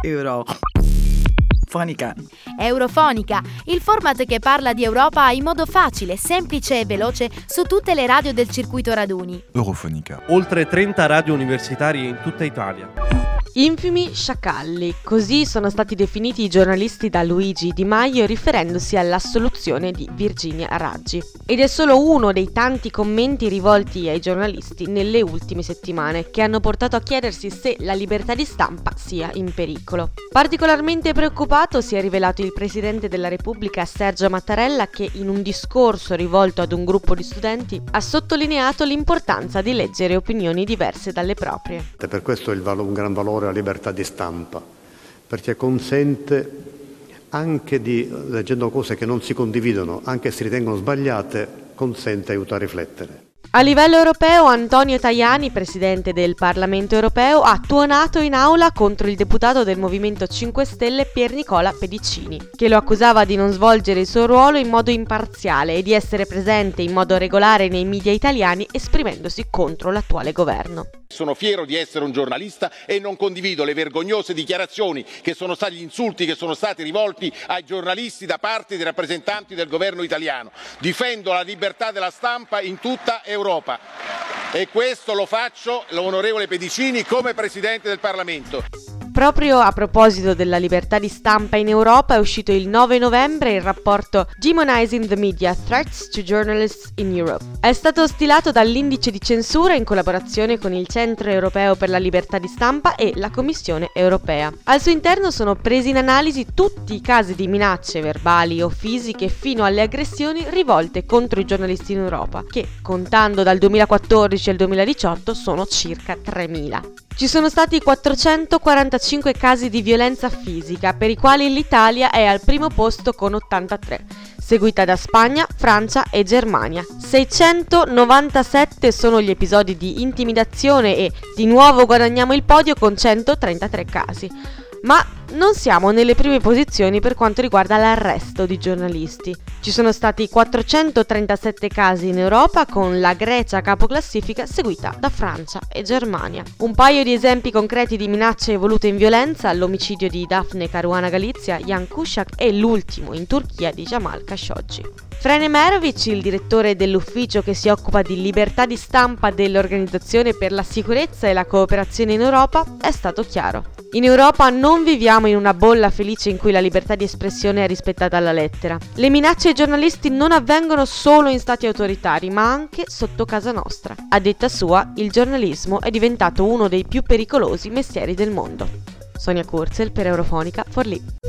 Eurofonica. Eurofonica, il format che parla di Europa in modo facile, semplice e veloce su tutte le radio del circuito raduni. Eurofonica. Oltre 30 radio universitarie in tutta Italia. Infimi sciacalli, così sono stati definiti i giornalisti da Luigi Di Maio riferendosi all'assoluzione di Virginia Raggi. Ed è solo uno dei tanti commenti rivolti ai giornalisti nelle ultime settimane che hanno portato a chiedersi se la libertà di stampa sia in pericolo. Particolarmente preoccupato si è rivelato il Presidente della Repubblica Sergio Mattarella, che in un discorso rivolto ad un gruppo di studenti ha sottolineato l'importanza di leggere opinioni diverse dalle proprie. Per questo un gran valore la libertà di stampa, perché consente anche leggendo cose che non si condividono, anche se ritengono sbagliate, consente aiuto a riflettere. A livello europeo, Antonio Tajani, presidente del Parlamento europeo, ha tuonato in aula contro il deputato del Movimento 5 Stelle Pier Nicola Pedicini, che lo accusava di non svolgere il suo ruolo in modo imparziale e di essere presente in modo regolare nei media italiani, esprimendosi contro l'attuale governo. Sono fiero di essere un giornalista e non condivido le vergognose dichiarazioni che sono stati gli insulti che sono stati rivolti ai giornalisti da parte dei rappresentanti del governo italiano. Difendo la libertà della stampa in tutta Europa e questo lo faccio, l'onorevole Pedicini, come Presidente del Parlamento. Proprio a proposito della libertà di stampa in Europa è uscito il 9 novembre il rapporto Demonizing the Media: Threats to Journalists in Europe. È stato stilato dall'Indice di Censura in collaborazione con il Centro Europeo per la Libertà di Stampa e la Commissione Europea. Al suo interno sono presi in analisi tutti i casi di minacce verbali o fisiche fino alle aggressioni rivolte contro i giornalisti in Europa, che, contando dal 2014 al 2018, sono circa 3.000. Ci sono stati 445 casi di violenza fisica, per i quali l'Italia è al primo posto con 83, seguita da Spagna, Francia e Germania. 697 sono gli episodi di intimidazione e di nuovo guadagniamo il podio con 133 casi. Ma non siamo nelle prime posizioni per quanto riguarda l'arresto di giornalisti. Ci sono stati 437 casi in Europa, con la Grecia a capoclassifica seguita da Francia e Germania. Un paio di esempi concreti di minacce evolute in violenza: l'omicidio di Daphne Caruana Galizia, Jan Kuciak, e l'ultimo in Turchia di Jamal Khashoggi. Frane Merovic, il direttore dell'ufficio che si occupa di libertà di stampa dell'Organizzazione per la sicurezza e la cooperazione in Europa, è stato chiaro. In Europa non viviamo in una bolla felice in cui la libertà di espressione è rispettata alla lettera. Le minacce ai giornalisti non avvengono solo in stati autoritari, ma anche sotto casa nostra. A detta sua, il giornalismo è diventato uno dei più pericolosi mestieri del mondo. Sonia Kurzel per Eurofonica, Forlì.